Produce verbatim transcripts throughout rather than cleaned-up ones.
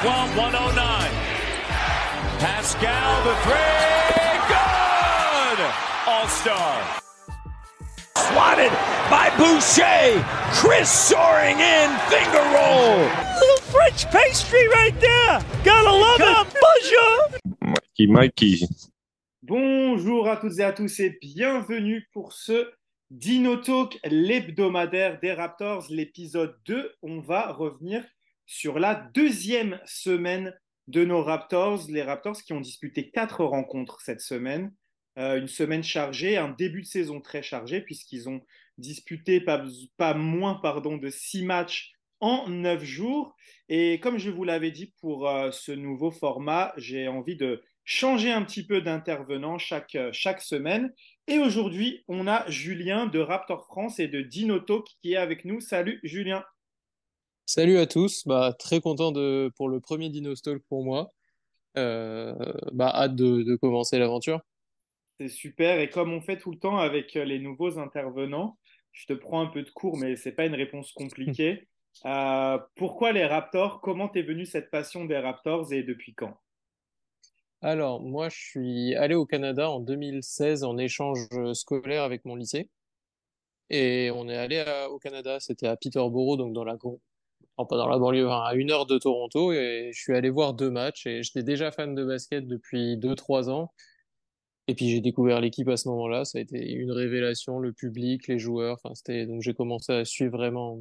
twelve, one oh nine. Pascal, the three, good! All-star. Swatted by Boucher. Chris soaring in, finger roll. Little French pastry right there. Gotta love it. Bonjour. Mikey, Mikey. Bonjour à toutes et à tous et bienvenue pour ce Dino Talk, l'hebdomadaire des Raptors, l'épisode deux. On va revenir sur la deuxième semaine de nos Raptors. Les Raptors qui ont disputé quatre rencontres cette semaine. Euh, une semaine chargée, un début de saison très chargé puisqu'ils ont disputé pas, pas moins pardon, de six matchs en neuf jours. Et comme je vous l'avais dit pour euh, ce nouveau format, j'ai envie de changer un petit peu d'intervenant chaque, chaque semaine. Et aujourd'hui, on a Julien de Raptor France et de Dino Talk qui est avec nous. Salut Julien. Salut à tous, bah, très content de, pour le premier Dino Talk pour moi. Euh, bah, hâte de, de commencer l'aventure. C'est super. Et comme on fait tout le temps avec les nouveaux intervenants, je te prends un peu de cours, mais ce n'est pas une réponse compliquée. Euh, pourquoi les Raptors? Comment t'es venu cette passion des Raptors et depuis quand? Alors, moi, je suis allé au Canada en deux mille seize en échange scolaire avec mon lycée. Et on est allé à- au Canada, c'était à Peterborough, donc dans la, gro- non, pas dans la banlieue, enfin, à une heure de Toronto. Et je suis allé voir deux matchs et j'étais déjà fan de basket depuis deux trois ans. Et puis j'ai découvert l'équipe à ce moment-là, ça a été une révélation, le public, les joueurs. Enfin, c'était donc j'ai commencé à suivre vraiment.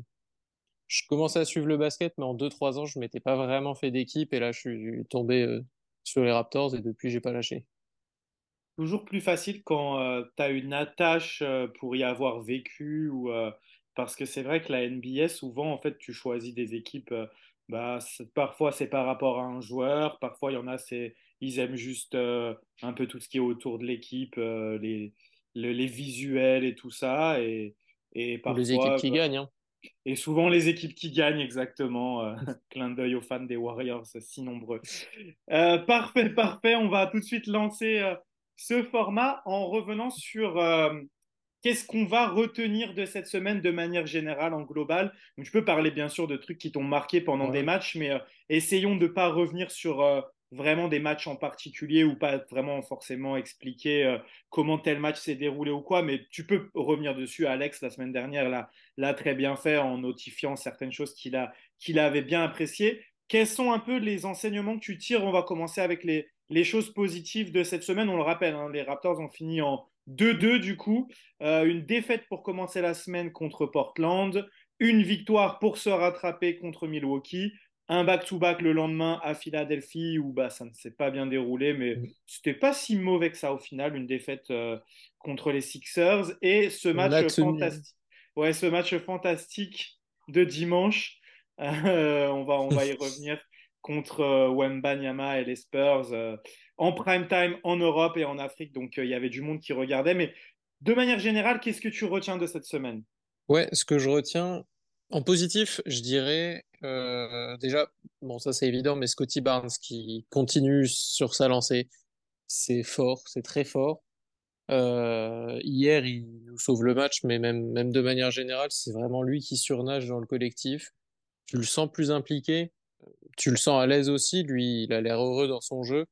Je commençais à suivre le basket, mais en deux trois ans, je m'étais pas vraiment fait d'équipe. Et là, je suis tombé euh, sur les Raptors et depuis, j'ai pas lâché. Toujours plus facile quand tu as une attache euh, pour y avoir vécu ou euh, parce que c'est vrai que la N B A, souvent, en fait, tu choisis des équipes. Euh, bah, c'est- parfois, c'est par rapport à un joueur. Parfois, il y en a, c'est ils aiment juste euh, un peu tout ce qui est autour de l'équipe, euh, les, le- les visuels et tout ça. Et, et Ou les équipes parfois, qui gagnent, hein. et souvent les équipes qui gagnent exactement. Euh, clin d'œil aux fans des Warriors, si nombreux. Euh, parfait, parfait. On va tout de suite lancer euh, ce format en revenant sur euh, qu'est-ce qu'on va retenir de cette semaine de manière générale en global. Donc, je peux parler bien sûr de trucs qui t'ont marqué pendant des Ouais. matchs, mais euh, essayons de ne pas revenir sur euh, vraiment des matchs en particulier ou pas vraiment forcément expliquer euh, comment tel match s'est déroulé ou quoi. Mais tu peux revenir dessus. Alex, la semaine dernière, l'a, l'a très bien fait en notifiant certaines choses qu'il a, qu'il avait bien appréciées. Quels sont un peu les enseignements que tu tires? On va commencer avec les, les choses positives de cette semaine. On le rappelle, hein, les Raptors ont fini en deux deux du coup. Euh, une défaite pour commencer la semaine contre Portland, une victoire pour se rattraper contre Milwaukee, un back-to-back le lendemain à Philadelphie où bah, ça ne s'est pas bien déroulé, mais c'était pas si mauvais que ça au final, une défaite euh, contre les Sixers et ce On match a tenu, hein. fantastique, ouais, ce match fantastique de dimanche. Euh, on va, on va y revenir contre euh, Wembanyama et les Spurs euh, en prime time en Europe et en Afrique. Donc euh, il y avait du monde qui regardait. Mais de manière générale, qu'est-ce que tu retiens de cette semaine? Ouais, ce que je retiens en positif, je dirais euh, déjà, bon, ça c'est évident, mais Scotty Barnes qui continue sur sa lancée, c'est fort, c'est très fort. Euh, hier, il nous sauve le match, mais même, même de manière générale, c'est vraiment lui qui surnage dans le collectif. Tu le sens plus impliqué, tu le sens à l'aise aussi. Lui, il a l'air heureux dans son jeu.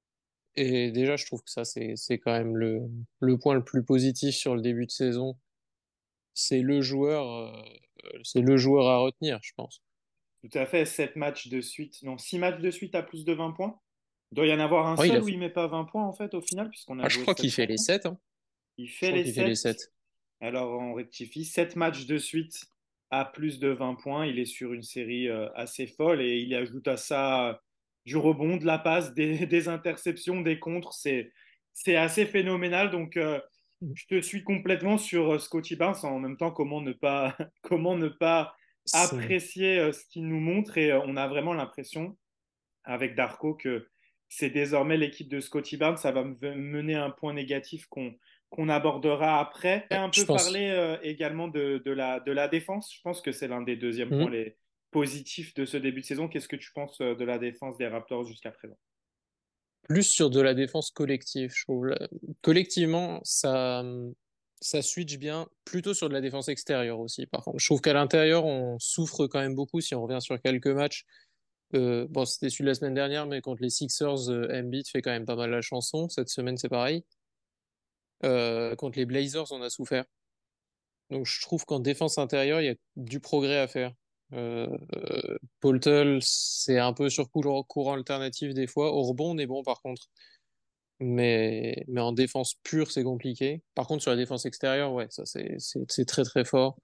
Et déjà, je trouve que ça, c'est, c'est quand même le, le point le plus positif sur le début de saison. C'est le joueur, euh, c'est le joueur à retenir, je pense. Tout à fait, sept matchs de suite, non, six matchs de suite à plus de vingt points. Il doit y en avoir un Oh, il seul a où fait... il met pas vingt points en fait au final, puisqu'on a ah, je joué crois sept qu'il fait les rencontres. sept, hein. Il Je fait crois les qu'il fait les sept. sept. Alors on rectifie, sept matchs de suite à plus de vingt points. Il est sur une série euh, assez folle et il ajoute à ça euh, du rebond, de la passe, des, des interceptions, des contres. C'est, c'est assez phénoménal. Donc euh, je te suis complètement sur euh, Scotty Barnes. En même temps, comment ne pas, comment ne pas C'est- apprécier euh, ce qu'il nous montre. Et euh, on a vraiment l'impression, avec Darko, que c'est désormais l'équipe de Scotty Barnes. Ça va me mener à un point négatif qu'on qu'on abordera après. Et ouais, un je peu pense. parler euh, également de, de, la, de la défense. Je pense que c'est l'un des deuxièmes points Mhm. les positifs de ce début de saison. Qu'est-ce que tu penses euh, de la défense des Raptors jusqu'à présent? Plus sur de la défense collective, je trouve. Là, collectivement, ça, ça switch bien, plutôt sur de la défense extérieure aussi. Par contre, je trouve qu'à l'intérieur, on souffre quand même beaucoup si on revient sur quelques matchs. Euh, bon, c'était celui de la semaine dernière, mais contre les Sixers, euh, Embiid fait quand même pas mal la chanson. Cette semaine, c'est pareil. Euh, contre les Blazers, on a souffert. Donc, je trouve qu'en défense intérieure, il y a du progrès à faire. Euh, euh, Paul Tull, c'est un peu sur courant, courant alternatif des fois. Au rebond, on est bon par contre. Mais, mais en défense pure, c'est compliqué. Par contre, sur la défense extérieure, ouais, ça c'est c'est- c'est très très fort.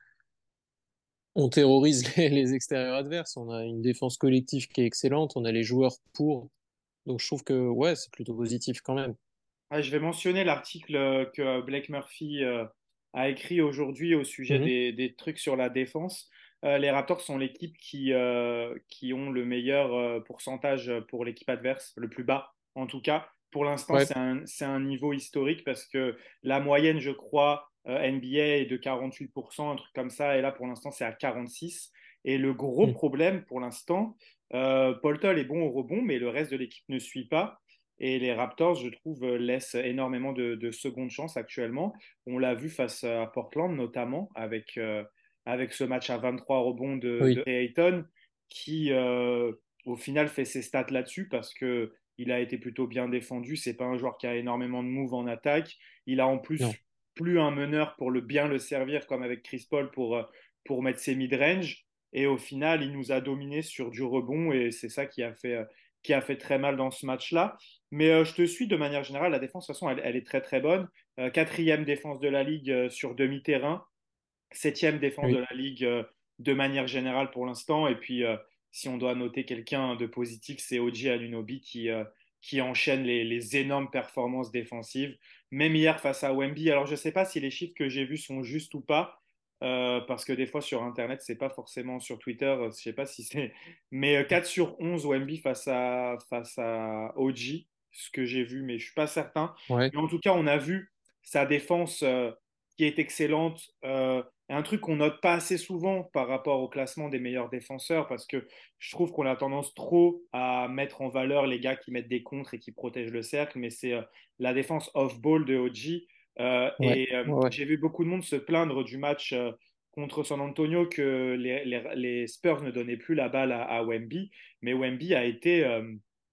On terrorise les, les extérieurs adverses. On a une défense collective qui est excellente. On a les joueurs pour. Donc je trouve que ouais, c'est plutôt positif quand même. Ah, je vais mentionner l'article euh, que Blake Murphy euh, a écrit aujourd'hui au sujet Mhm. des, des trucs sur la défense. Euh, les Raptors sont l'équipe qui, euh, qui ont le meilleur euh, pourcentage pour l'équipe adverse, le plus bas en tout cas. Pour l'instant, Ouais. c'est un, c'est un niveau historique parce que la moyenne, je crois, euh, N B A est de quarante-huit pour cent, un truc comme ça. Et là, pour l'instant, c'est à quarante-six. Et le gros Mhm. problème pour l'instant, euh, Paul Tull est bon au rebond, mais le reste de l'équipe ne suit pas. Et les Raptors, je trouve, euh, laissent énormément de, de secondes chances actuellement. On l'a vu face à Portland, notamment, avec, euh, avec ce match à vingt-trois rebonds de, de Oui. Ayton, qui, euh, au final, fait ses stats là-dessus parce que il a été plutôt bien défendu. C'est pas un joueur qui a énormément de moves en attaque. Il a en Non. plus plus un meneur pour le bien le servir, comme avec Chris Paul, pour, euh, pour mettre ses mid-range. Et au final, il nous a dominé sur du rebond et c'est ça qui a fait, euh, qui a fait très mal dans ce match-là. Mais euh, je te suis de manière générale. La défense, de toute façon, elle, elle est très très bonne. Euh, quatrième défense de la ligue euh, sur demi-terrain. Septième défense de Oui. la ligue euh, de manière générale pour l'instant. Et puis, euh, si on doit noter quelqu'un de positif, c'est O G Anunoby qui, euh, qui enchaîne les, les énormes performances défensives. Même hier face à Wemby. Alors, je ne sais pas si les chiffres que j'ai vus sont justes ou pas. Euh, parce que des fois sur Internet, c'est pas forcément sur Twitter, euh, je sais pas si c'est. Mais euh, quatre sur onze Wemby face à, face à O G, ce que j'ai vu, mais je suis pas certain. Ouais. Mais en tout cas, on a vu sa défense euh, qui est excellente. Euh, et un truc qu'on note pas assez souvent par rapport au classement des meilleurs défenseurs, parce que je trouve qu'on a tendance trop à mettre en valeur les gars qui mettent des contres et qui protègent le cercle, mais c'est euh, la défense off-ball de O G. Euh, Ouais. et euh, Ouais. Ouais. j'ai vu beaucoup de monde se plaindre du match euh, contre San Antonio que les, les, les, Spurs ne donnaient plus la balle à, à Wemby, mais Wemby a été, euh,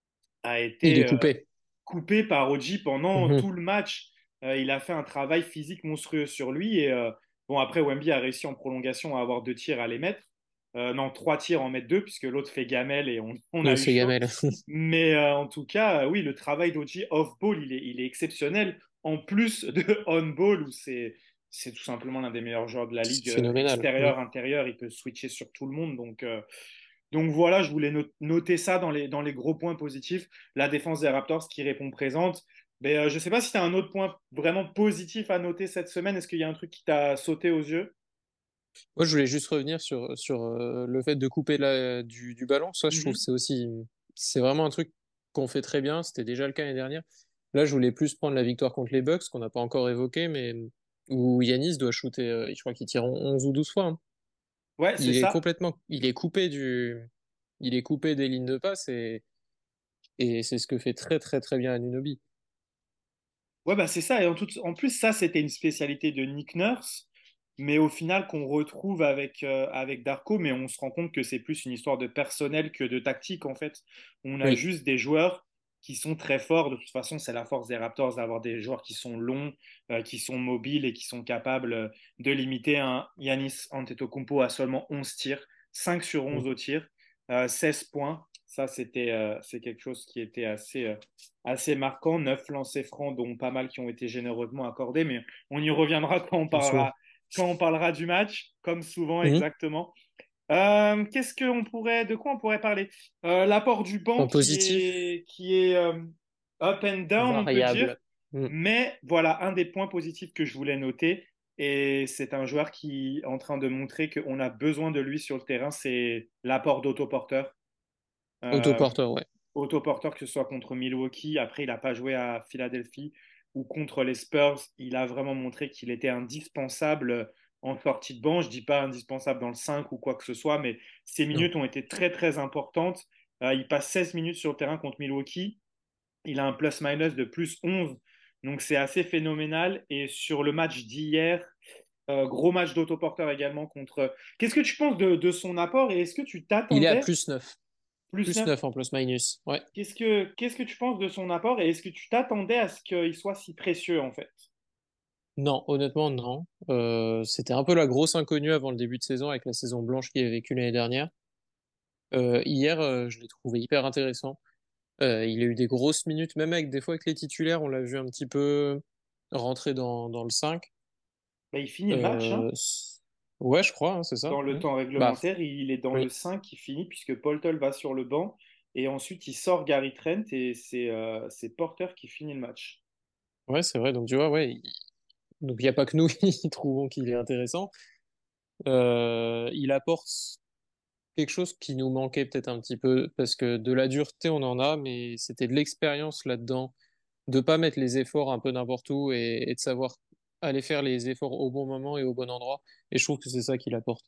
a Il est été euh, coupé. coupé par O G pendant Mhm. tout le match. Euh, il a fait un travail physique monstrueux sur lui. Et euh, bon, après, Wemby a réussi en prolongation à avoir deux tirs à les mettre. Euh, non, trois tirs en mettre deux, puisque l'autre fait gamelle et on, on a Oui, eu c'est chaud. Gamel. Mais euh, en tout cas, euh, oui, le travail d'O G off-ball, il est, il est exceptionnel. En plus de on-ball, où c'est, c'est tout simplement l'un des meilleurs joueurs de la C'est ligue, euh, phénoménal. Mm. extérieur, intérieur, il peut switcher sur tout le monde. Donc, euh, donc voilà, je voulais no- noter ça dans les, dans les gros points positifs. La défense des Raptors qui répond présente. Mais euh, je ne sais pas si tu as un autre point vraiment positif à noter cette semaine. Est-ce qu'il y a un truc qui t'a sauté aux yeux? Moi, je voulais juste revenir sur, sur euh, le fait de couper la, du, du ballon. Ça, je trouve que Mhm. c'est aussi, c'est vraiment un truc qu'on fait très bien. C'était déjà le cas l'année dernière. Là, je voulais plus prendre la victoire contre les Bucks, qu'on n'a pas encore évoqué, mais où Yanis doit shooter, euh, je crois qu'il tire onze ou douze fois, hein. Ouais, c'est Il est ça. complètement, il est coupé du, il est coupé des lignes de passe et, et c'est ce que fait très, très, très bien Anunoby. Ouais, bah c'est ça. Et en, tout- en plus, ça, c'était une spécialité de Nick Nurse, mais au final, qu'on retrouve avec, euh, avec Darko, mais on se rend compte que c'est plus une histoire de personnel que de tactique, en fait. On a Oui. juste des joueurs qui sont très forts. De toute façon, c'est la force des Raptors d'avoir des joueurs qui sont longs, euh, qui sont mobiles et qui sont capables euh, de limiter un Yanis Antetokounmpo à seulement onze tirs, cinq sur onze Mm. au tir, euh, seize points. Ça, c'était, euh, c'est quelque chose qui était assez, euh, assez marquant. Neuf lancers francs, dont pas mal qui ont été généreusement accordés, mais on y reviendra quand on Comme souvent. parlera, quand on parlera du match, comme souvent Mhm. exactement. Euh, qu'est-ce qu'on pourrait, de quoi on pourrait parler? Euh, l'apport du banc En qui positif, est, qui est euh, up and down, on peut dire. variable. Mm. Mais voilà, un des points positifs que je voulais noter, et c'est un joueur qui est en train de montrer qu'on a besoin de lui sur le terrain, c'est l'apport d'autoporteur. Euh, Autoporteur, ouais. Autoporteur, que ce soit contre Milwaukee, après il n'a pas joué à Philadelphie, ou contre les Spurs, il a vraiment montré qu'il était indispensable en sortie de banc. Je ne dis pas indispensable dans le cinq ou quoi que ce soit, mais ses Non. minutes ont été très très importantes. Euh, il passe seize minutes sur le terrain contre Milwaukee, il a un plus-minus de plus onze, donc c'est assez phénoménal. Et sur le match d'hier, euh, gros match d'autoporteur également contre... Qu'est-ce que tu penses de, de son apport et est-ce que tu Il est à t'attendais plus neuf. Plus Plus neuf. neuf en plus-minus. Ouais. Qu'est-ce que, qu'est-ce que tu penses de son apport et est-ce que tu t'attendais à ce qu'il soit si précieux en fait? Non, honnêtement, non. Euh, c'était un peu la grosse inconnue avant le début de saison avec la saison blanche qu'il a vécue l'année dernière. Euh, hier, euh, je l'ai trouvé hyper intéressant. Euh, il a eu des grosses minutes, même avec des fois avec les titulaires, on l'a vu un petit peu rentrer dans, dans le cinq. Bah, il finit le match, hein. Euh, c- ouais, je crois, hein, c'est ça. Dans le Mm. temps Bah, réglementaire, il est dans le oui, cinq qui finit puisque Paul Tull va sur le banc et ensuite il sort Gary Trent et c'est euh, c'est Porter qui finit le match. ouais, c'est vrai. Donc, tu vois, ouais. il- Donc, il n'y a pas que nous qui trouvons qu'il est intéressant. Euh, il apporte quelque chose qui nous manquait peut-être un petit peu, parce que de la dureté, on en a, mais c'était de l'expérience là-dedans, de pas mettre les efforts un peu n'importe où et, et de savoir aller faire les efforts au bon moment et au bon endroit. Et je trouve que c'est ça qu'il apporte.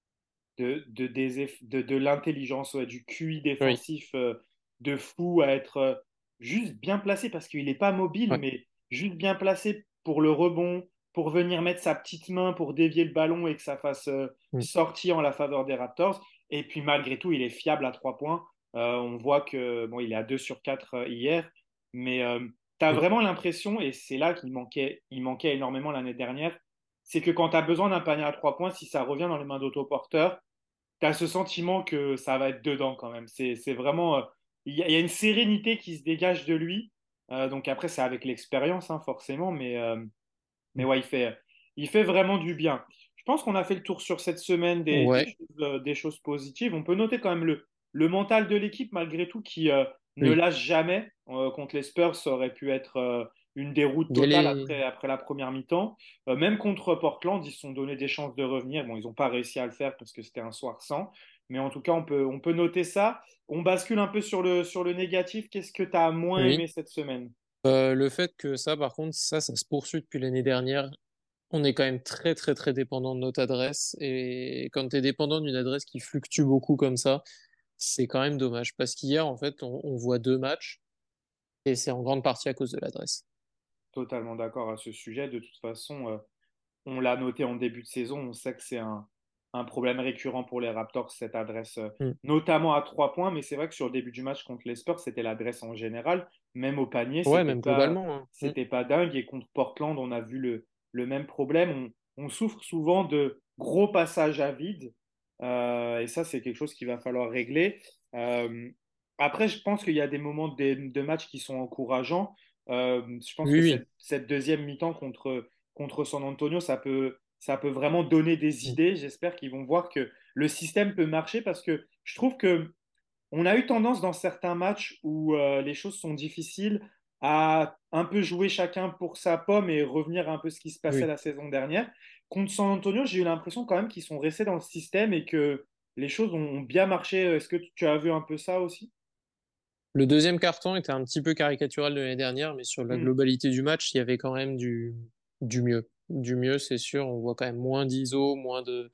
De, de, des eff- de, de l'intelligence, ouais, du Q I Oui, défensif euh, de fou à être euh, juste bien placé parce qu'il n'est pas mobile, ouais. mais juste bien placé pour le rebond, pour venir mettre sa petite main pour dévier le ballon et que ça fasse euh, Mm. sortir en la faveur des Raptors. Et puis malgré tout, il est fiable à trois points. Euh, on voit que bon, il est à deux sur quatre euh, hier, mais euh, tu as Oui, vraiment l'impression, et c'est là qu'il manquait, il manquait énormément l'année dernière, c'est que quand tu as besoin d'un panier à trois points, si ça revient dans les mains d'autoporteurs, tu as ce sentiment que ça va être dedans quand même. C'est c'est vraiment. euh, Il y, a il y a une sérénité qui se dégage de lui. Euh, donc après, c'est avec l'expérience, hein, forcément. Mais, euh, mais ouais, il fait, il fait vraiment du bien. Je pense qu'on a fait le tour sur cette semaine des, des ouais, choses, euh, des choses positives. On peut noter quand même le, le mental de l'équipe, malgré tout, qui euh, ne oui. lâche jamais. Euh, contre les Spurs, ça aurait pu être euh, une déroute Il y a totale les... après, après la première mi-temps. Euh, même contre Portland, ils se sont donné des chances de revenir. Bon, ils n'ont pas réussi à le faire parce que c'était un soir sans. Mais en tout cas, on peut, on peut noter ça. On bascule un peu sur le, sur le négatif. Qu'est-ce que tu as moins Oui. aimé cette semaine? Euh, le fait que ça, par contre, ça, ça se poursuit depuis l'année dernière. On est quand même très, très, très dépendant de notre adresse. Et quand tu es dépendant d'une adresse qui fluctue beaucoup comme ça, c'est quand même dommage. Parce qu'hier, en fait, on, on voit deux matchs et c'est en grande partie à cause de l'adresse. Totalement d'accord à ce sujet. De toute façon, euh, on l'a noté en début de saison, on sait que c'est un, un problème récurrent pour les Raptors, cette adresse, euh, Mm. notamment à trois points, mais c'est vrai que sur le début du match contre les Spurs, c'était l'adresse en général, même au panier, Ouais, c'était même pas, globalement, hein. Mm. c'était pas dingue, et contre Portland, on a vu le, le même problème, on, on souffre souvent de gros passages à vide, euh, et ça, c'est quelque chose qu'il va falloir régler. Euh, Après, je pense qu'il y a des moments de, de match qui sont encourageants. Euh, je pense que Oui, oui. cette, cette deuxième mi-temps contre contre San Antonio, ça peut, ça peut vraiment donner des Mm. idées. J'espère qu'ils vont voir que le système peut marcher parce que je trouve que on a eu tendance dans certains matchs où euh, les choses sont difficiles à un peu jouer chacun pour sa pomme et revenir à un peu ce qui se passait Oui. la saison dernière. Contre San Antonio, j'ai eu l'impression quand même qu'ils sont restés dans le système et que les choses ont bien marché. Est-ce que tu as vu un peu ça aussi? Le deuxième carton était un petit peu caricatural de l'année dernière, mais sur la Hmm. globalité du match, il y avait quand même du, du mieux. Du mieux, c'est sûr. On voit quand même moins d'I S O, moins de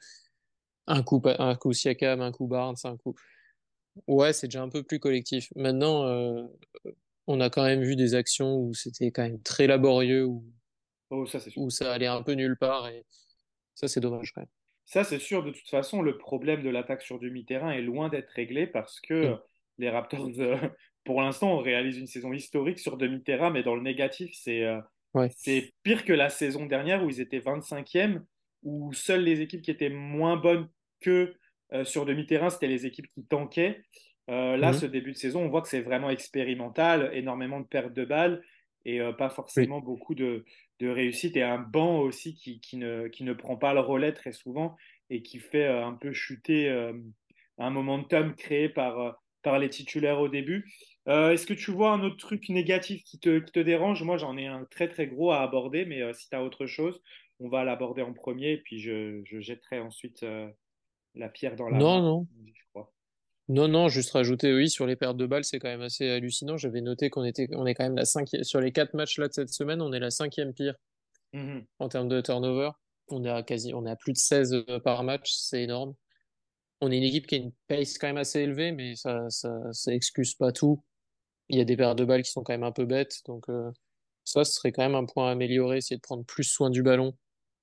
un coup, pa- un coup Siakam, un coup Barnes, un coup. Ouais, c'est déjà un peu plus collectif. Maintenant, euh, on a quand même vu des actions où c'était quand même très laborieux, où, Oh, ça c'est sûr. où ça allait un peu nulle part, et ça, c'est dommage quand Ça, c'est sûr, de toute façon, le problème de l'attaque sur demi-terrain est loin d'être réglé parce que même. euh, les Raptors, euh, pour l'instant, on réalise une saison historique sur demi-terrain, mais dans le négatif, c'est euh, Mm. Ouais. c'est pire que la saison dernière où ils étaient vingt-cinquième, où seules les équipes qui étaient moins bonnes que euh, sur demi-terrain, c'était les équipes qui tankaient. Euh, là, ce Mhm. début de saison, on voit que c'est vraiment expérimental, énormément de pertes de balles et euh, pas Oui. forcément beaucoup de, de réussite et un banc aussi qui, qui ne, qui ne prend pas le relais très souvent et qui fait euh, un peu chuter euh, un momentum créé par, euh, par les titulaires au début. Euh, Est-ce que tu vois un autre truc négatif qui te, qui te dérange? Moi, j'en ai un très très gros à aborder, mais euh, si tu as autre chose, on va l'aborder en premier et puis je, je jetterai ensuite euh, la pierre dans la Non, mare, non. je crois. Non, non, juste rajouter, oui, sur les pertes de balles, c'est quand même assez hallucinant. J'avais noté qu'on était, on est quand même la cinquième, sur les quatre matchs là de cette semaine, on est la cinquième pire Mhm. en termes de turnover. On est à quasi, on est à plus de seize euh, par match, c'est énorme. On est une équipe qui a une pace quand même assez élevée, mais ça, ça, ça excuse pas tout. Il y a des pertes de balles qui sont quand même un peu bêtes, donc euh, ça, ce serait quand même un point à améliorer, essayer de prendre plus soin du ballon.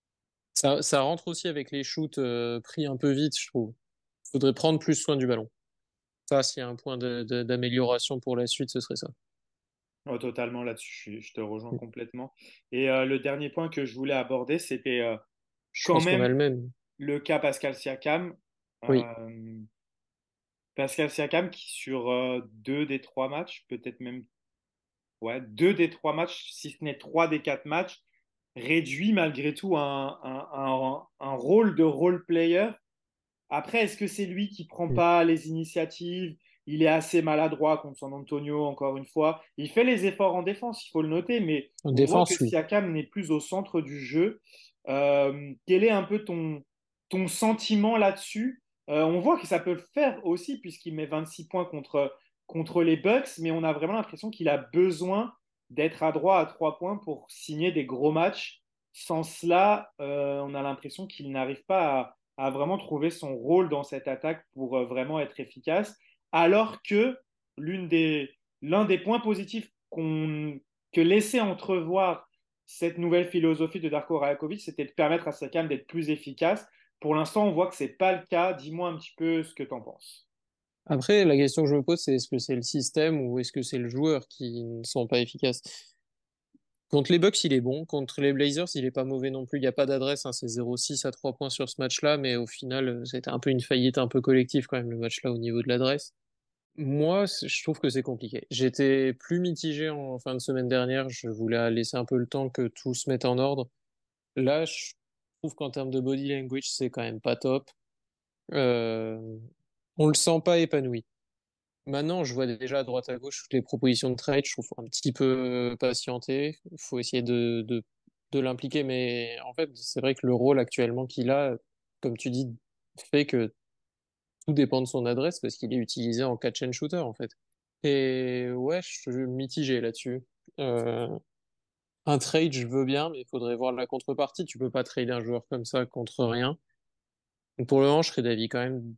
Ça, ça rentre aussi avec les shoots euh, pris un peu vite, je trouve. Faudrait prendre plus soin du ballon. Ça, s'il y a un point de, de- d'amélioration pour la suite, ce serait ça. Oh, totalement là-dessus, je, je te rejoins complètement. Et euh, le dernier point que je voulais aborder, c'était euh, Je quand pense qu'on même a le même. le cas Pascal Siakam. Oui. Euh, Pascal Siakam qui sur euh, deux des trois matchs, peut-être même ouais, deux des trois matchs, si ce n'est trois des quatre matchs, réduit malgré tout un, un, un, un rôle de role player. Après, est-ce que c'est lui qui prend Mm. pas les initiatives? Il est assez maladroit contre San Antonio, encore une fois. Il fait les efforts en défense, il faut le noter, mais En on voit que défense, oui. Siakam n'est plus au centre du jeu. Euh, quel est un peu ton, ton sentiment là-dessus? Euh, on voit que ça peut le faire aussi, puisqu'il met vingt-six points contre, contre les Bucks, mais on a vraiment l'impression qu'il a besoin d'être à droit à trois points pour signer des gros matchs. Sans cela, euh, on a l'impression qu'il n'arrive pas à à vraiment trouver son rôle dans cette attaque pour euh, vraiment être efficace, alors que l'une des, l'un des points positifs qu'on, que laissait entrevoir cette nouvelle philosophie de Darko Rajakovic, c'était de permettre à Sakam d'être plus efficace. Pour l'instant, on voit que ce n'est pas le cas. Dis-moi un petit peu ce que tu en penses. Après, la question que je me pose, c'est est-ce que c'est le système ou est-ce que c'est le joueur qui ne sont pas efficaces? Contre les Bucks, il est bon. Contre les Blazers, il est pas mauvais non plus. Il n'y a pas d'adresse, hein. C'est zéro six à trois points sur ce match-là, mais au final, euh, c'était un peu une faillite un peu collective quand même, le match-là, au niveau de l'adresse. Moi, c'est- je trouve que c'est compliqué. J'étais plus mitigé en fin de semaine dernière. Je voulais laisser un peu le temps que tout se mette en ordre. Là, je trouve qu'en termes de body language, c'est quand même pas top. Euh, on le sent pas épanoui. Maintenant, je vois déjà à droite à gauche toutes les propositions de trade. Je trouve faut un petit peu patienter. Il faut essayer de, de, de l'impliquer. Mais en fait, c'est vrai que le rôle actuellement qu'il a, comme tu dis, fait que tout dépend de son adresse parce qu'il est utilisé en catch and shooter, en fait. Et ouais, je suis mitigé là-dessus. Euh, un trade, je veux bien, mais il faudrait voir la contrepartie. Tu peux pas trader un joueur comme ça contre rien. Donc pour le moment, je serais d'avis quand même.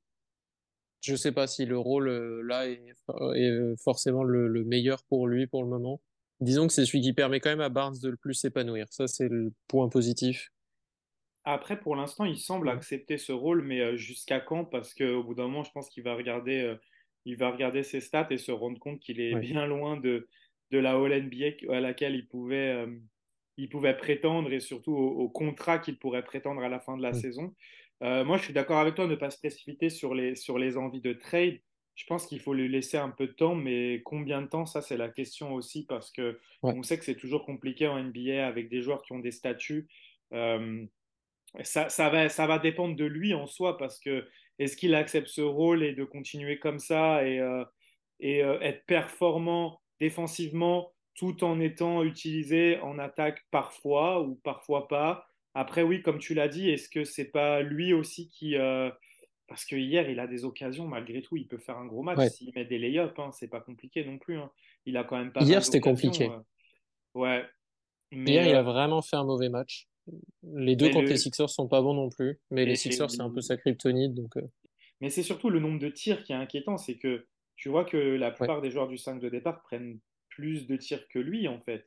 Je sais pas si le rôle euh, là est, est euh, forcément le, le meilleur pour lui pour le moment. Disons que c'est celui qui permet quand même à Barnes de le plus s'épanouir. Ça, c'est le point positif. Après, pour l'instant, il semble Mm. accepter ce rôle, mais euh, jusqu'à quand? Parce qu'au bout d'un moment, je pense qu'il va regarder, euh, il va regarder ses stats et se rendre compte qu'il est Ouais. bien loin de, de la All N B A à laquelle il pouvait, euh, il pouvait prétendre et surtout au, au contrat qu'il pourrait prétendre à la fin de la Mm. saison. Euh, moi, je suis d'accord avec toi de ne pas se précipiter sur les, sur les envies de trade. Je pense qu'il faut lui laisser un peu de temps, mais combien de temps, ça, c'est la question aussi, parce que Ouais. on sait que c'est toujours compliqué en N B A avec des joueurs qui ont des statuts. Euh, ça, ça va, ça va dépendre de lui en soi parce que est-ce qu'il accepte ce rôle et de continuer comme ça et, euh, et euh, être performant défensivement tout en étant utilisé en attaque parfois ou parfois pas. Après, oui, comme tu l'as dit, est-ce que c'est pas lui aussi qui. Euh, parce que hier, il a des occasions, malgré tout, il peut faire un gros match. Ouais. S'il met des lay-ups, hein, c'est pas compliqué non plus. Hein. Il a quand même pas Hier, mal c'était d'occasions. compliqué. euh. Ouais, mais, Hier, il euh, a vraiment fait un mauvais match. Les deux mais contre les le. Sixers sont pas bons non plus, mais les Et Sixers, c'est un peu sa kryptonite, donc euh, Mais c'est surtout le nombre de tirs qui est inquiétant. C'est que tu vois que la ouais. plupart des joueurs du cinq de départ prennent plus de tirs que lui, en fait.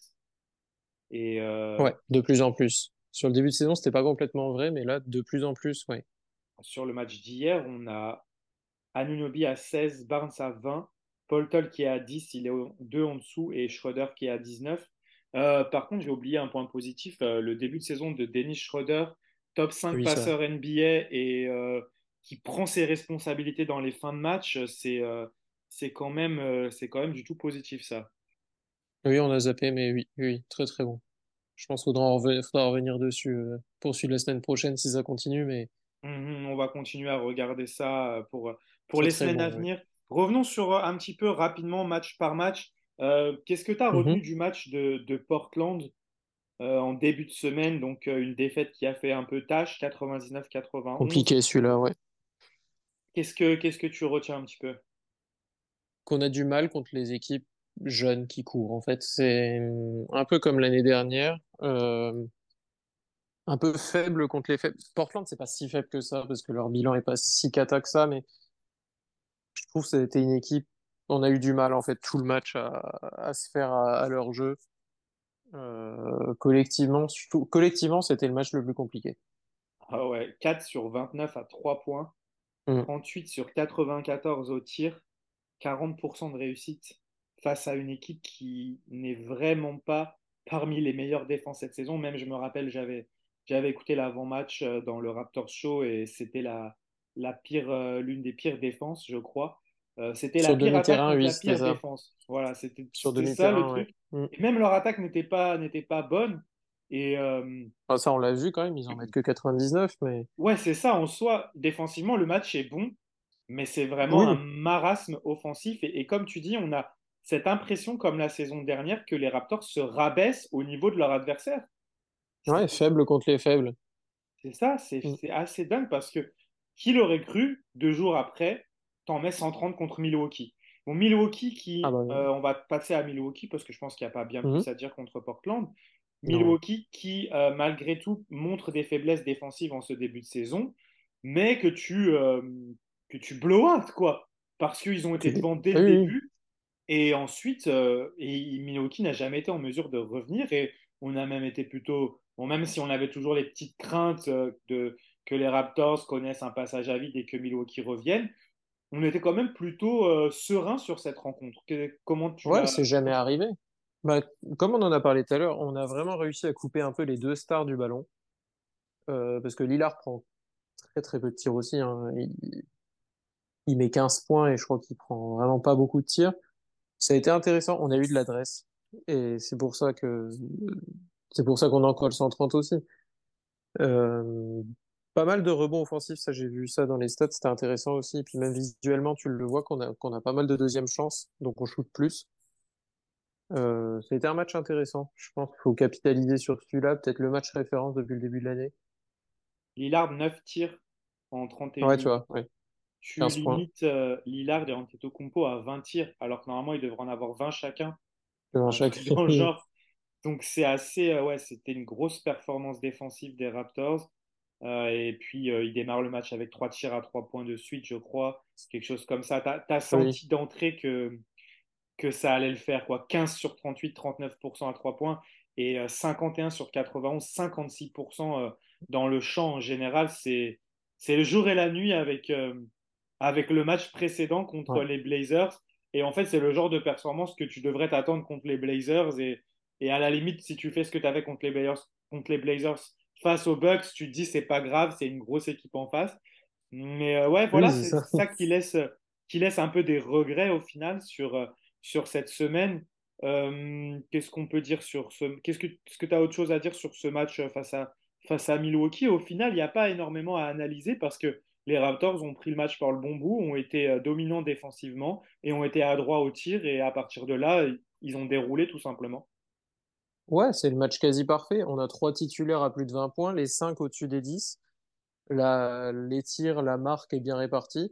Et euh, Ouais, de plus en plus. Sur le début de saison, c'était pas complètement vrai, mais là, de plus en plus, ouais. sur le match d'hier, on a Anunoby à seize, Barnes à vingt, Paul Toll qui est à dix, il est deux en dessous, et Schroeder qui est à dix-neuf. Euh, par contre, j'ai oublié un point positif, euh, le début de saison de Dennis Schroeder, top cinq Oui, c'est vrai. passeur N B A et euh, qui prend ses responsabilités dans les fins de match, c'est euh, c'est quand même, euh, c'est quand même du tout positif ça. Oui, on a zappé, mais oui, oui, oui, très très bon. Je pense qu'il faudra, en revenir, faudra revenir dessus, euh, poursuivre la semaine prochaine si ça continue, mais Mhm, on va continuer à regarder ça euh, pour, pour très les très semaines à bon, ouais. venir. Revenons sur euh, un petit peu rapidement, match par match. Euh, qu'est-ce que tu as retenu Mhm. du match de, de Portland euh, en début de semaine? Donc, euh, une défaite qui a fait un peu tâche, quatre-vingt-dix-neuf quatre-vingt-onze. Compliqué celui-là, ouais. Qu'est-ce que, qu'est-ce que tu retiens un petit peu? Qu'on a du mal contre les équipes jeunes qui courent, en fait. C'est hum, un peu comme l'année dernière, euh, un peu faible contre les faibles. Portland, c'est pas si faible que ça, parce que leur bilan est pas si cata que ça, mais je trouve que c'était une équipe, on a eu du mal, en fait, tout le match à, à se faire à, à leur jeu. Euh, collectivement, surtout, collectivement, c'était le match le plus compliqué. Ah ouais, quatre sur vingt-neuf à trois points, Mm. trente-huit sur quatre-vingt-quatorze au tir. quarante pour cent de réussite face à une équipe qui n'est vraiment pas parmi les meilleures défenses cette saison. Même, je me rappelle, j'avais, j'avais écouté l'avant-match euh, dans le Raptors Show et c'était la, la pire, euh, l'une des pires défenses, je crois. Euh, c'était la Sur pire attaque demi-terrain, contre oui, la c'était pire ça. défense. Voilà, c'était, Sur c'était ça le demi-terrain, ouais. truc. Mm. Et même leur attaque n'était pas, n'était pas bonne. Et euh, Enfin, ça, on l'a vu quand même, ils en mettent que quatre-vingt-dix-neuf, mais ouais, c'est ça. En soi, défensivement, le match est bon, mais c'est vraiment un oui, marasme offensif. Et, et comme tu dis, on a cette impression, comme la saison dernière, que les Raptors se rabaissent au niveau de leur adversaire. C'est ouais, faible contre les faibles. c'est ça, c'est Mm. c'est assez dingue parce que qui l'aurait cru, deux jours après, t'en mets cent trente contre Milwaukee. Bon, Milwaukee Ah qui, bah, euh, on va passer à Milwaukee parce que je pense qu'il n'y a pas bien mhm. plus à dire contre Portland. Non, Milwaukee qui, euh, malgré tout, montre des faiblesses défensives en ce début de saison, mais que tu, euh, que tu blow out, quoi. Parce qu'ils ont été tu dis, devant dès oui, le oui, début. Et ensuite, euh, et Milwaukee n'a jamais été en mesure de revenir. Et on a même été plutôt, bon, même si on avait toujours les petites craintes euh, de, que les Raptors connaissent un passage à vide et que Milwaukee revienne, on était quand même plutôt euh, serein sur cette rencontre. Que- comment tu ouais, l'as. c'est jamais arrivé. Bah, comme on en a parlé tout à l'heure, on a vraiment réussi à couper un peu les deux stars du ballon, euh, parce que Lillard prend très très peu de tirs aussi, hein. Il, il met quinze points et je crois qu'il prend vraiment pas beaucoup de tirs. Ça a été intéressant, on a eu de l'adresse. Et c'est pour ça que c'est pour ça qu'on a encore le cent trente aussi. Euh, Pas mal de rebonds offensifs, ça j'ai vu ça dans les stats, c'était intéressant aussi. Et puis même visuellement, tu le vois qu'on a, qu'on a pas mal de deuxième chance, donc on shoot plus. Euh, ça a été un match intéressant. Je pense qu'il faut capitaliser sur celui-là, peut-être le match référence depuis le début de l'année. Lillard, neuf tirs en trente et une Ouais, tu minutes. vois, ouais, Tu quinze points limites euh, Lillard et Antetokounmpo à vingt tirs, alors que normalement, ils devraient en avoir vingt chacun. devant Un chaque. truc dans le genre. Donc c'est assez, euh, ouais, c'était une grosse performance défensive des Raptors. Euh, et puis euh, il démarre le match avec trois tirs à trois points de suite, je crois, quelque chose comme ça. T'as, t'as Oui, senti d'entrée que, que ça allait le faire, quoi. quinze sur trente-huit, trente-neuf pour cent à trois points et euh, cinquante et un sur quatre-vingt-onze, cinquante-six pour cent euh, dans le champ en général. C'est, c'est le jour et la nuit avec, euh, avec le match précédent contre ouais. les Blazers. Et en fait, c'est le genre de performance que tu devrais t'attendre contre les Blazers. Et, et à la limite, si tu fais ce que tu avais contre les Blazers, contre les Blazers face aux Bucks, tu te dis c'est pas grave, c'est une grosse équipe en face. Mais euh, ouais, Oui, voilà, c'est c'est ça. ça qui laisse, qui laisse un peu des regrets au final sur, euh, sur cette semaine. Euh, qu'est-ce qu'on peut dire sur ce... Qu'est-ce que, est-ce que tu as autre chose à dire sur ce match face à, face à Milwaukee? Au final, il n'y a pas énormément à analyser parce que les Raptors ont pris le match par le bon bout, ont été euh, dominants défensivement et ont été adroits au tir. Et à partir de là, ils ont déroulé tout simplement. Ouais, c'est le match quasi parfait. On a trois titulaires à plus de vingt points, les cinq au-dessus des dix. La, les tirs, la marque est bien répartie.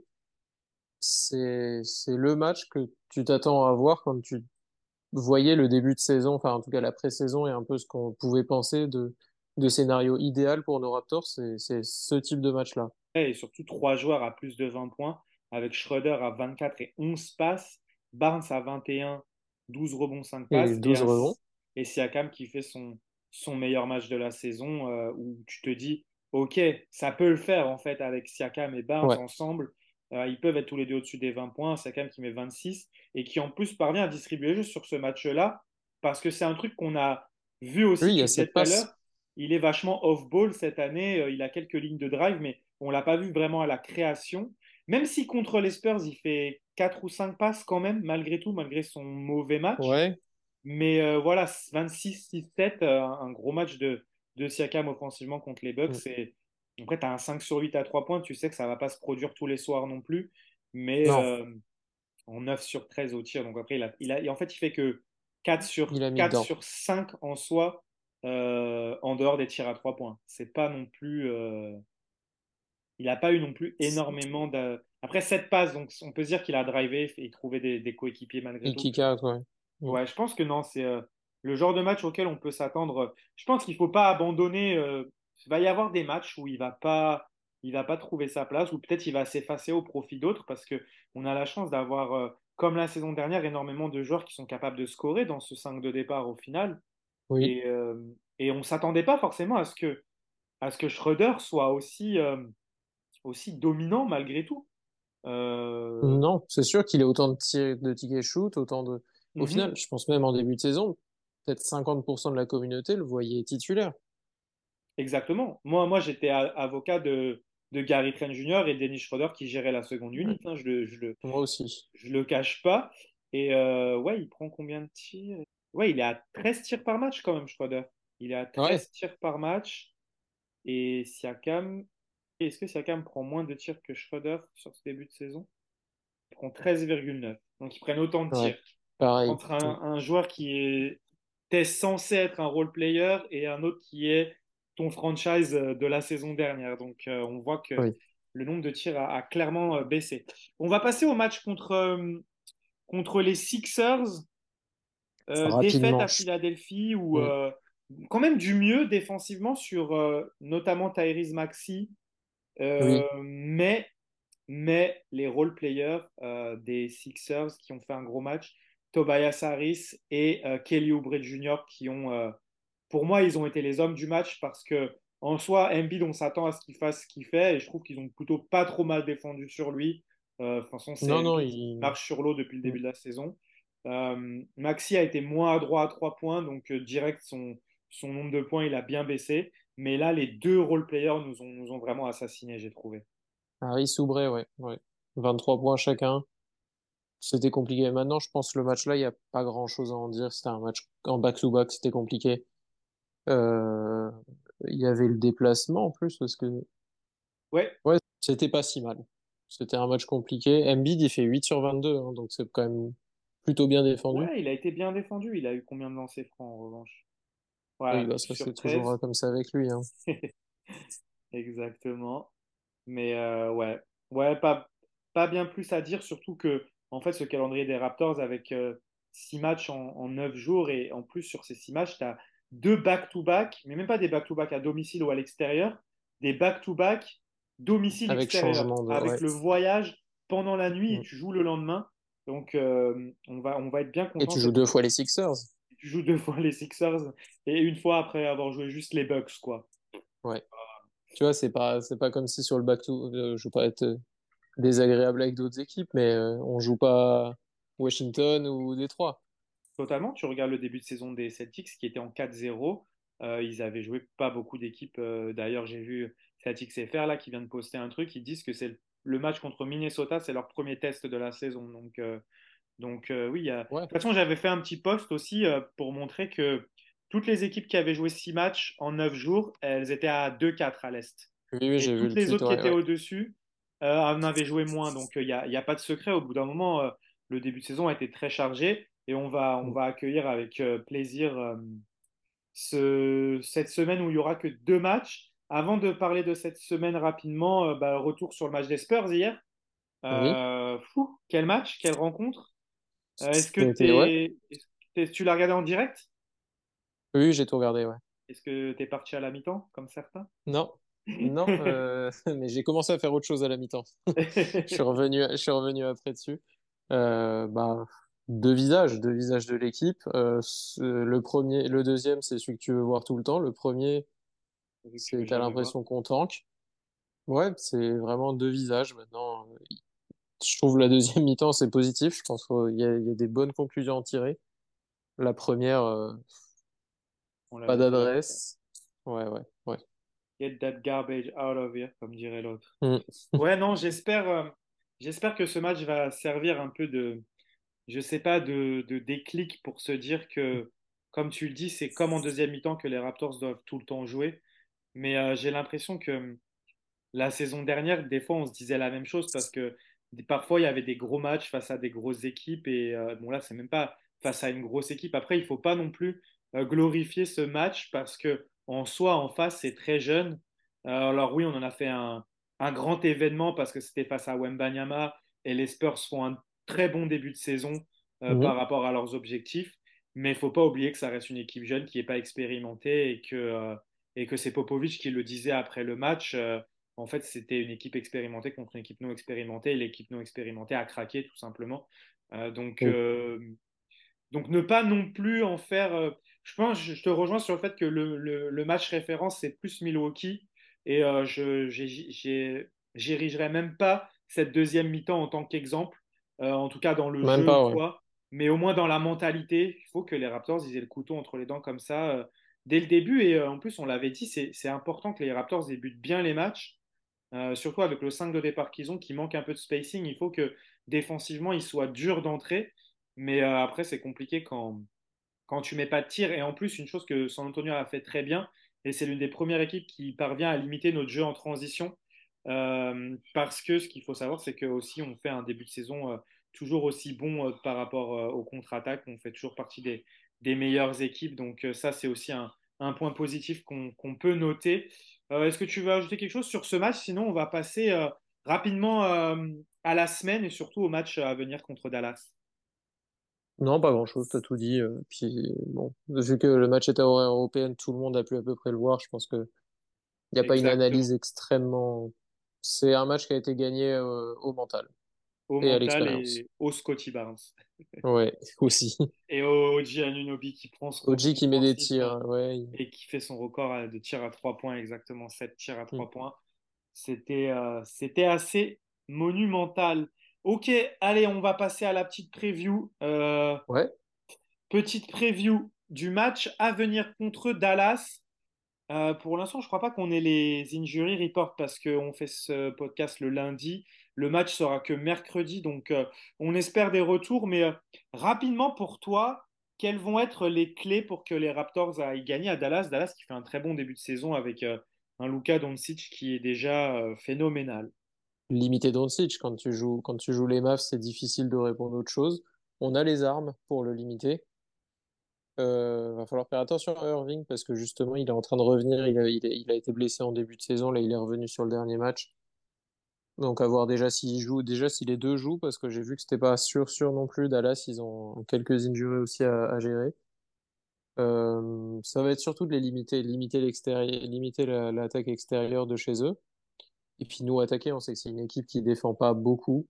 C'est, c'est le match que tu t'attends à voir quand tu voyais le début de saison, enfin en tout cas la pré-saison et un peu ce qu'on pouvait penser de, de scénario idéal pour nos Raptors, c'est, c'est ce type de match-là. Et surtout trois joueurs à plus de vingt points, avec Schroeder à vingt-quatre et onze passes, Barnes à vingt et un, douze rebonds, cinq Et passes, et, douze un, rebonds. et Siakam qui fait son, son meilleur match de la saison, euh, où tu te dis, OK, ça peut le faire en fait avec Siakam et Barnes Ouais. ensemble. Euh, ils peuvent être tous les deux au-dessus des vingt points. Siakam qui met vingt-six et qui en plus parvient à distribuer juste sur ce match-là, parce que c'est un truc qu'on a vu Oui, aussi, il y tu a le disais cette tout à l'heure, passe. il est vachement off-ball cette année. Euh, il a quelques lignes de drive, mais on ne l'a pas vu vraiment à la création. Même si contre les Spurs, il fait quatre ou cinq passes quand même, malgré tout, malgré son mauvais match. Ouais. Mais euh, voilà, vingt-six six sept, euh, un gros match de, de Siakam offensivement contre les Bucks. Mm. Et après, tu as un cinq sur huit à trois points. Tu sais que ça ne va pas se produire tous les soirs non plus. Mais Non, euh, en neuf sur treize au tir. Donc après, il a, il a, et en fait, il fait que quatre sur, il a mis quatre dedans. sur cinq en soi euh, en dehors des tirs à trois points. C'est pas non plus. Euh, il n'a pas eu non plus énormément de. Après, sept passes, donc on peut se dire qu'il a drivé et trouvé des, des coéquipiers malgré Et tout. kick out, ouais. Mm. Ouais, je pense que non, c'est euh, le genre de match auquel on peut s'attendre. Je pense qu'il ne faut pas abandonner. Euh, il va y avoir des matchs où il va pas, il va pas trouver sa place, ou peut-être il va s'effacer au profit d'autres, parce que on a la chance d'avoir, euh, comme la saison dernière, énormément de joueurs qui sont capables de scorer dans ce cinq de départ au final. Oui. Et, euh, et on ne s'attendait pas forcément à ce que, à ce que Schroeder soit aussi, euh, aussi dominant malgré tout. Euh, Non, c'est sûr qu'il a autant de tirs, de tickets shoot, autant de. Au mhm, final, je pense même en début de saison, peut-être cinquante pour cent de la communauté le voyait titulaire. exactement. Moi, moi j'étais a- avocat de, de Gary Trent junior et Dennis Schroeder qui gérait la seconde Ouais, unit. Hein, je le, je le, moi aussi. je le cache pas. Et euh, ouais, il prend combien de tirs? Ouais, il est à treize tirs par match quand même, Schroeder. Il est à Ouais, treize tirs par match. Et Siakam, est-ce que Siakam prend moins de tirs que Schroeder sur ce début de saison? Il prend treize virgule neuf. Donc ils prennent autant de ouais, tirs. pareil. Entre un, un joueur qui est, était censé être un role player et un autre qui est ton franchise de la saison dernière. Donc euh, on voit que Oui, le nombre de tirs a, a clairement euh, baissé. On va passer au match contre, euh, contre les Sixers. Euh, défaite rapidement. à Philadelphie ou Mm. euh, quand même du mieux défensivement sur euh, notamment Tyrese Maxey. Euh, Oui, mais mais les role players euh, des Sixers qui ont fait un gros match, Tobias Harris et euh, Kelly Oubre junior qui ont, euh, pour moi, ils ont été les hommes du match parce que en soi, Embiid, on s'attend à ce qu'il fasse ce qu'il fait et je trouve qu'ils ont plutôt pas trop mal défendu sur lui. Euh, de toute façon, c'est non, non, Embiid qui il. marche sur l'eau depuis le Mm. début de la saison. Euh, Maxi a été moins adroit à trois points, donc euh, direct, son, son nombre de points, il a bien baissé. Mais là, les deux role players nous ont, nous ont vraiment assassinés, j'ai trouvé. Harry Oubre, ouais, ouais. vingt-trois points chacun. C'était compliqué. Maintenant, je pense que le match là, il n'y a pas grand-chose à en dire. C'était un match en back-to-back, c'était compliqué. Euh, Il y avait le déplacement en plus, parce que Ouais, ouais, c'était pas si mal. C'était un match compliqué. Embiid, il fait huit sur vingt-deux, hein, donc c'est quand même plutôt bien défendu. ouais, il a été bien défendu. Il a eu combien de lancers francs en revanche? Oui, Voilà, bah neuf ça sur c'est toujours euh, treize. comme ça avec lui, hein. Exactement. Mais euh, ouais, ouais, pas, pas bien plus à dire, surtout que en fait, ce calendrier des Raptors avec euh, six matchs en, en neuf jours et en plus sur ces six matchs, tu as deux back-to-back, mais même pas des back-to-back à domicile ou à l'extérieur, des back-to-back Avec domicile-extérieur changement de. avec Ouais. le voyage pendant la nuit et Mm. tu joues le lendemain. Donc, euh, on va, on va être bien Et content tu joues cette deux année. fois les Sixers. Tu joues deux fois les Sixers et une fois après avoir joué juste les Bucks, quoi. Ouais. Tu vois, c'est pas, c'est pas comme si sur le back-to. Euh, je veux pas être euh, désagréable avec d'autres équipes, mais euh, on joue pas Washington ou Détroit. Totalement. Tu regardes le début de saison des Celtics qui était en quatre zéro. Euh, ils avaient joué pas beaucoup d'équipes. Euh, d'ailleurs, j'ai vu Celtics F R là qui vient de poster un truc. Ils disent que c'est le, le match contre Minnesota, c'est leur premier test de la saison. Donc, euh, donc euh, oui, il y a... de Ouais. toute façon, j'avais fait un petit post aussi euh, pour montrer que toutes les équipes qui avaient joué six matchs en neuf jours, elles étaient à deux quatre à l'Est. Oui, oui, Et j'ai vu toutes le les tweet, autres qui ouais, étaient ouais. au-dessus euh, en avaient joué moins. Donc, euh, il n'y a, il y a pas de secret. Au bout d'un moment, euh, le début de saison a été très chargé et on va, on Mm. va accueillir avec euh, plaisir euh, ce- cette semaine où il y aura que deux matchs. Avant de parler de cette semaine rapidement, euh, bah, retour sur le match des Spurs hier. Oui, Euh, fou, quel match, quelle rencontre. Euh, est-ce que c'était, ouais. t'es, est-ce que t'es- tu l'as regardé en direct? Oui, j'ai tout regardé, ouais. Est-ce que tu es parti à la mi-temps, comme certains? Non, non, euh, mais j'ai commencé à faire autre chose à la mi-temps. Je suis revenu, je suis revenu après dessus. Euh, bah, deux visages, deux visages de l'équipe. Euh, ce- le premier, le deuxième, c'est celui que tu veux voir tout le temps. Le premier, Vu que tu veux c'est t'as jamais voir. l'impression qu'on tank. Ouais, c'est vraiment deux visages. Maintenant, euh, je trouve la deuxième mi-temps, c'est positif. Je pense qu'il y a, il y a des bonnes conclusions à en tirer. La première, euh, On pas l'avait déjà vu. d'adresse. Ouais, ouais, ouais. Get that garbage out of here, comme dirait l'autre. Mm. Ouais, non, j'espère, euh, j'espère que ce match va servir un peu de, je sais pas, de, de déclic pour se dire que, comme tu le dis, c'est comme en deuxième mi-temps que les Raptors doivent tout le temps jouer. Mais euh, j'ai l'impression que la saison dernière, des fois, on se disait la même chose parce que des- parfois, il y avait des gros matchs face à des grosses équipes. Et euh, bon, là, c'est même pas face à une grosse équipe. Après, il faut pas non plus euh, glorifier ce match parce que en soi, en face, c'est très jeune. Euh, alors oui, on en a fait un, un grand événement parce que c'était face à Wembanyama et les Spurs font un très bon début de saison euh, par Mhm. rapport à leurs objectifs. Mais il faut pas oublier que ça reste une équipe jeune qui n'est pas expérimentée et que, euh, et que c'est Popovic qui le disait après le match. Euh, en fait, c'était une équipe expérimentée contre une équipe non expérimentée et l'équipe non expérimentée a craqué tout simplement. Euh, donc, Oui. euh, donc, ne pas non plus en faire. Euh, je pense, je te rejoins sur le fait que le, le, le match référence, c'est plus Milwaukee et euh, je j'érigerai même pas cette deuxième mi-temps en tant qu'exemple, euh, en tout cas dans le Même jeu ou pas, ouais. quoi, mais au moins dans la mentalité, il faut que les Raptors ils aient le couteau entre les dents comme ça euh, dès le début. Et euh, en plus, on l'avait dit, c'est, c'est important que les Raptors débutent bien les matchs, euh, surtout avec le cinq de départ qu'ils ont, qui manque un peu de spacing. Il faut que défensivement, ils soient durs d'entrée, mais euh, après, c'est compliqué quand, quand tu mets pas de tir. Et en plus, une chose que San Antonio a fait très bien, et c'est l'une des premières équipes qui parvient à limiter notre jeu en transition. Euh, parce que ce qu'il faut savoir, c'est que aussi on fait un début de saison euh, toujours aussi bon euh, par rapport euh, aux contre-attaques. On fait toujours partie des, des meilleures équipes. Donc euh, ça, c'est aussi un, un point positif qu'on qu'on peut noter. Euh, Est-ce que tu veux ajouter quelque chose sur ce match? Sinon, on va passer euh, rapidement euh, à la semaine et surtout au match à venir contre Dallas. Non, pas grand-chose, t'as tout dit. euh, Puis bon, vu que le match était à horaire européenne, tout le monde a pu à peu près le voir. Je pense que il n'y a pas une analyse Exactement. extrêmement. C'est un match qui a été gagné euh, au mental Au et à mental l'expérience. et au Scotty Barnes. Ouais, aussi. Et au O G Anunoby qui prend ce O G rebond qui met des offensif tirs, euh, ouais. il- et qui fait son record euh, de tir à trois points, exactement sept tirs à Hmm. trois points. C'était euh, c'était assez monumental. Ok, allez, on va passer à la petite preview. Euh, Ouais, petite preview du match à venir contre Dallas. Euh, pour l'instant, je ne crois pas qu'on ait les injury reports parce qu'on fait ce podcast le lundi. Le match sera que mercredi, donc euh, on espère des retours. Mais euh, rapidement pour toi, quelles vont être les clés pour que les Raptors aillent gagner à Dallas? Dallas qui fait un très bon début de saison avec euh, un Luka Doncic qui est déjà euh, phénoménal. limité Doncic. Quand tu joues, quand tu joues les Mavs, c'est difficile de répondre à autre chose. On a les armes pour le limiter. Euh, va falloir faire attention à Irving parce que justement, il est en train de revenir. Il a, il a, il a été blessé en début de saison. Là, il est revenu sur le dernier match. Donc, à voir déjà s'il joue, déjà si les deux jouent, parce que j'ai vu que c'était pas sûr, sûr non plus. Dallas, ils ont quelques injuries aussi à, à gérer. Euh, ça va être surtout de les limiter, limiter l'extérieur, limiter la- l'attaque extérieure de chez eux. Et puis nous attaquer, on sait que c'est une équipe qui défend pas beaucoup.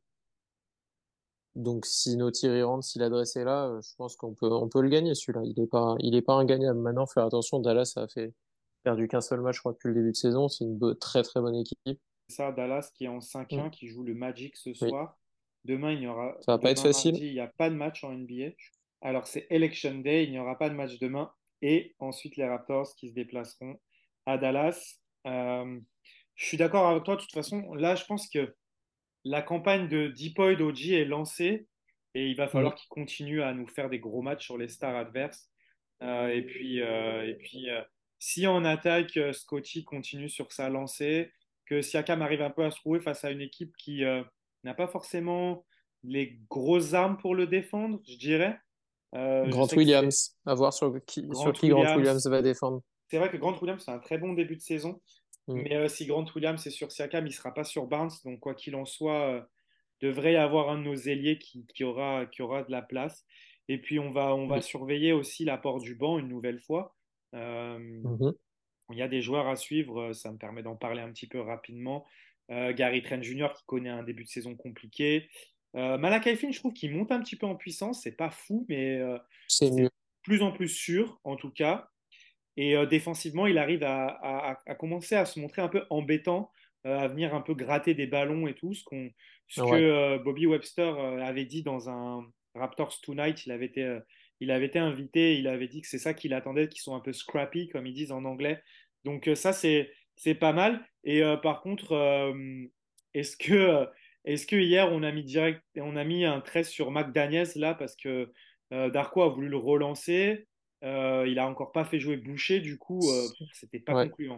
Donc si nos tirs y rentrent, si l'adresse est là, euh, je pense qu'on peut, on peut le gagner celui-là. Il est pas, il est pas ingagnable. Maintenant, faire attention. Dallas a fait perdu qu'un seul match, je crois, depuis le début de saison. C'est une bo- très très bonne équipe. Ça, Dallas qui est en cinq Mm. un, qui joue le Magic ce Oui, soir. Demain, il y aura, ça va pas être demain facile. mardi, il n'y a pas de match en N B A. Alors, c'est Election Day, il n'y aura pas de match demain. Et ensuite, les Raptors qui se déplaceront à Dallas. Euh, je suis d'accord avec toi. De toute façon, là, je pense que la campagne de Deepoyd O G est lancée et il va Mm. falloir qu'il continue à nous faire des gros matchs sur les stars adverses. Euh, et puis, euh, et puis euh, si en attaque, euh, Scotty continue sur sa lancée, que Siakam arrive un peu à se trouver face à une équipe qui euh, n'a pas forcément les grosses armes pour le défendre, je dirais. Euh, je Grant sais que c'est Williams, à voir sur qui, Grant sur qui Grant Williams Williams. va défendre. C'est vrai que Grant Williams, c'est un très bon début de saison. Mm. Mais euh, si Grant Williams est sur Siakam, il ne sera pas sur Barnes. Donc, quoi qu'il en soit, euh, devrait y avoir un de nos ailiers qui, qui aura, qui aura de la place. Et puis, on va, on va Oui. surveiller aussi l'apport du banc une nouvelle fois. Euh, Mhm. il y a des joueurs à suivre, euh, ça me permet d'en parler un petit peu rapidement. Euh, Gary Trent junior qui connaît un début de saison compliqué. Euh, Malakai Flynn, je trouve qu'il monte un petit peu en puissance. C'est pas fou, mais euh, C'est c'est mieux. de plus en plus sûr, en tout cas. Et euh, défensivement, il arrive à, à- à commencer à se montrer un peu embêtant, euh, à venir un peu gratter des ballons et tout, ce, qu'on, ce que Ouais. euh, Bobby Webster euh, avait dit dans un Raptors Tonight. Il avait été, euh, il avait été invité, il avait dit que c'est ça qu'il attendait, qu'ils sont un peu scrappy, comme ils disent en anglais. Donc euh, ça, c'est, c'est pas mal. Et euh, par contre, euh, est-ce que, euh, est-ce que hier, on a mis direct, on a mis un treize sur McDaniels là, parce que euh, Darko a voulu le relancer. Euh, il a encore pas fait jouer Boucher, du coup, euh, c'était pas Ouais. concluant.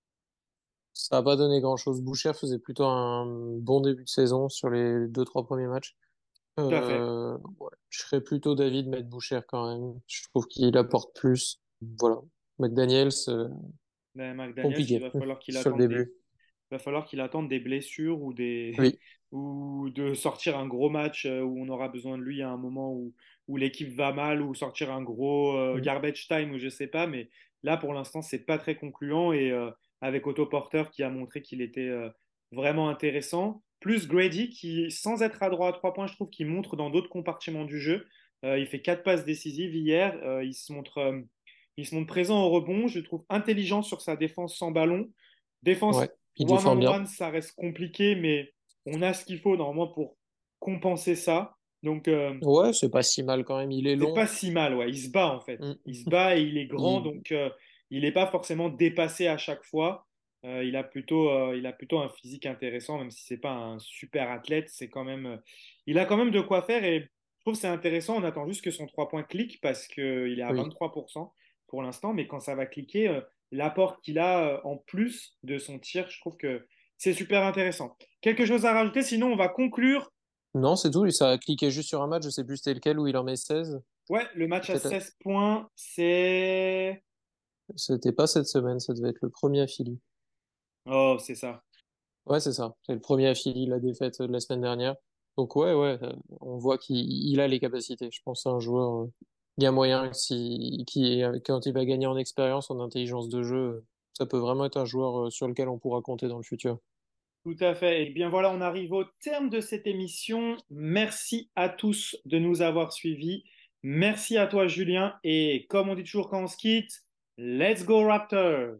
Ça n'a pas donné grand-chose. Boucher faisait plutôt un bon début de saison sur les deux, trois premiers matchs. Tout à fait. Euh, ouais. Je serais plutôt d'avis de mettre Boucher quand même. Je trouve qu'il apporte plus. Voilà. McDaniels, euh, Mais McDaniels, il compliqué va falloir qu'il sur le attende des, début. il va falloir qu'il attende des blessures ou des Oui. ou de sortir un gros match euh, où on aura besoin de lui à un moment où, où l'équipe va mal ou sortir un gros euh, Mm. garbage time ou je sais pas. Mais là, pour l'instant, c'est pas très concluant et euh, avec Otto Porter qui a montré qu'il était euh, vraiment intéressant. Plus Grady qui, sans être à droit à trois points, je trouve qu'il montre dans d'autres compartiments du jeu. Euh, il fait quatre passes décisives hier. Euh, il se montre euh, il se montre présent au rebond. Je le trouve intelligent sur sa défense sans ballon. Défense Ouais. Il défend bien. one-on-one, ça reste compliqué, mais on a ce qu'il faut normalement pour compenser ça. Donc, euh, Ouais, c'est pas si mal quand même. Il est c'est pas long. si mal, ouais. Il se bat en fait. Mm. Il se bat et il est grand, Il... donc euh, il n'est pas forcément dépassé à chaque fois. Euh, il a plutôt, euh, il a plutôt un physique intéressant, même si c'est pas un super athlète. C'est quand même, euh, il a quand même de quoi faire et je trouve que c'est intéressant. On attend juste que son trois points clique parce qu'il est à Oui. vingt-trois pour cent pour l'instant, mais quand ça va cliquer, euh, l'apport qu'il a euh, en plus de son tir, je trouve que c'est super intéressant. Quelque chose à rajouter, sinon on va conclure. Non, c'est tout. Ça a cliqué juste sur un match. Je sais plus c'était lequel où il en met seize. Ouais, le match à Peut-être. seize points, c'est... C'était pas cette semaine. Ça devait être le premier à Philly. Oh, c'est ça. Ouais, c'est ça. C'est le premier à Philly, la défaite de la semaine dernière. Donc ouais, ouais, euh, on voit qu'il il a les capacités. Je pense que c'est un joueur. euh, Il y a moyen que si, qui, quand il va gagner en expérience, en intelligence de jeu, euh, ça peut vraiment être un joueur euh, sur lequel on pourra compter dans le futur. Tout à fait. Et bien voilà, on arrive au terme de cette émission. Merci à tous de nous avoir suivis. Merci à toi, Julien. Et comme on dit toujours quand on se quitte, let's go Raptors!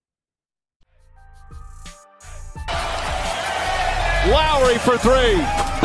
Lowry for three.